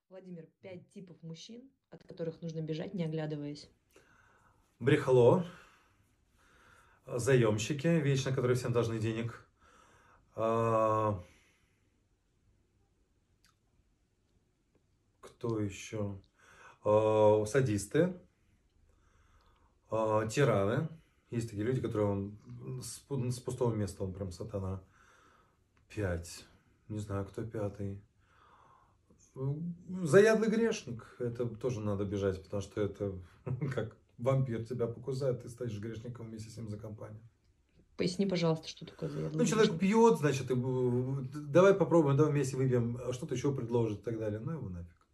Владимир, 5 типов мужчин, от которых нужно бежать, не оглядываясь. Брехло, заемщики, вечно, которые всем должны денег. А, Кто еще? Садисты, тираны. Есть такие люди, которые с пустого места, он прям сатана. 5. Не знаю, кто пятый. Заядлый грешник. Это тоже надо бежать, потому что это как вампир тебя покусает, ты станешь грешником вместе с ним за компанию. Поясни, пожалуйста, что такое Ну, заядлый человек грешник. пьет, значит, давай попробуем, давай вместе выпьем, а что-то еще предложит и так далее. Ну его нафиг.